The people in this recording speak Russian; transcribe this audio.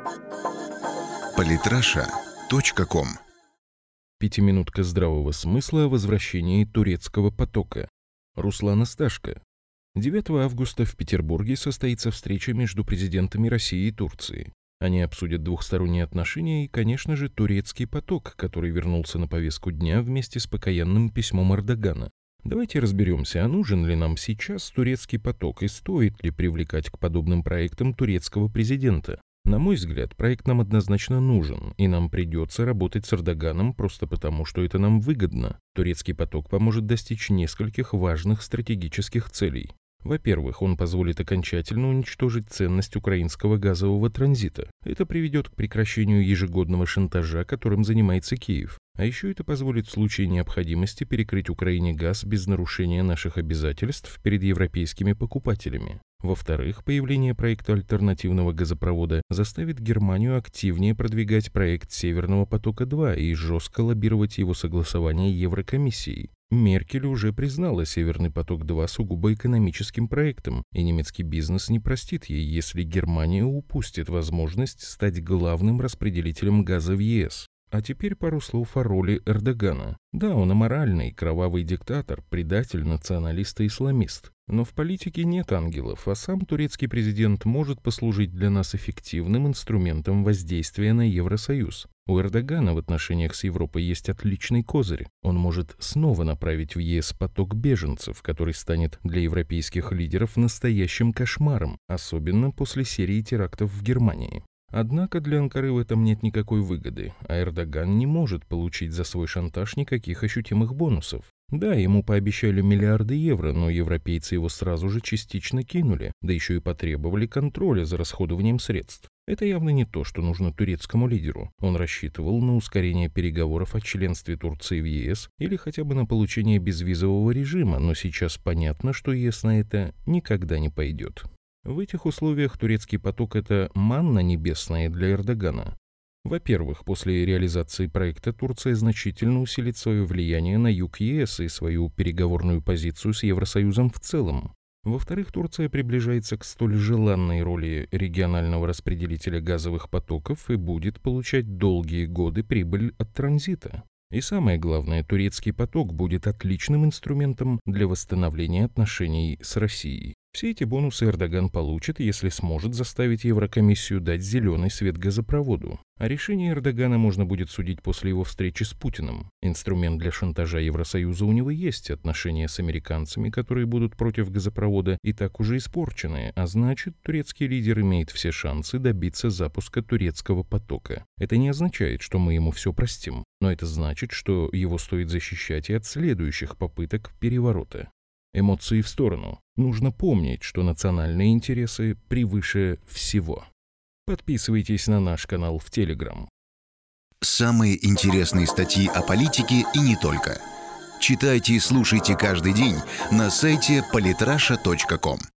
Политраша.ком. Пятиминутка здравого смысла о возвращении турецкого потока. Руслан Асташко. 9 августа в Петербурге состоится встреча между президентами России и Турции. Они обсудят двухсторонние отношения и, конечно же, турецкий поток, который вернулся на повестку дня вместе с покаянным письмом Эрдогана. Давайте разберемся, а нужен ли нам сейчас турецкий поток и стоит ли привлекать к подобным проектам турецкого президента. На мой взгляд, проект нам однозначно нужен, и нам придется работать с Эрдоганом просто потому, что это нам выгодно. Турецкий поток поможет достичь нескольких важных стратегических целей. Во-первых, он позволит окончательно уничтожить ценность украинского газового транзита. Это приведет к прекращению ежегодного шантажа, которым занимается Киев. А еще это позволит в случае необходимости перекрыть Украине газ без нарушения наших обязательств перед европейскими покупателями. Во-вторых, появление проекта альтернативного газопровода заставит Германию активнее продвигать проект Северного потока-2 и жестко лоббировать его согласование Еврокомиссией. Меркель уже признала Северный поток-2 сугубо экономическим проектом, и немецкий бизнес не простит ей, если Германия упустит возможность стать главным распределителем газа в ЕС. А теперь пару слов о роли Эрдогана. Да, он аморальный, кровавый диктатор, предатель, националист и исламист. Но в политике нет ангелов, а сам турецкий президент может послужить для нас эффективным инструментом воздействия на Евросоюз. У Эрдогана в отношениях с Европой есть отличный козырь. Он может снова направить в ЕС поток беженцев, который станет для европейских лидеров настоящим кошмаром, особенно после серии терактов в Германии. Однако для Анкары в этом нет никакой выгоды, а Эрдоган не может получить за свой шантаж никаких ощутимых бонусов. Да, ему пообещали миллиарды евро, но европейцы его сразу же частично кинули, да еще и потребовали контроля за расходованием средств. Это явно не то, что нужно турецкому лидеру. Он рассчитывал на ускорение переговоров о членстве Турции в ЕС или хотя бы на получение безвизового режима, но сейчас понятно, что ЕС на это никогда не пойдет. В этих условиях турецкий поток – это манна небесная для Эрдогана. Во-первых, после реализации проекта Турция значительно усилит свое влияние на юг ЕС и свою переговорную позицию с Евросоюзом в целом. Во-вторых, Турция приближается к столь желанной роли регионального распределителя газовых потоков и будет получать долгие годы прибыль от транзита. И самое главное, турецкий поток будет отличным инструментом для восстановления отношений с Россией. Все эти бонусы Эрдоган получит, если сможет заставить Еврокомиссию дать зеленый свет газопроводу. О решении Эрдогана можно будет судить после его встречи с Путиным. Инструмент для шантажа Евросоюза у него есть, отношения с американцами, которые будут против газопровода, и так уже испорчены, а значит, турецкий лидер имеет все шансы добиться запуска турецкого потока. Это не означает, что мы ему все простим, но это значит, что его стоит защищать и от следующих попыток переворота. Эмоции в сторону. Нужно помнить, что национальные интересы превыше всего. Подписывайтесь на наш канал в Telegram. Самые интересные статьи о политике и не только. Читайте и слушайте каждый день на сайте politrasha.com.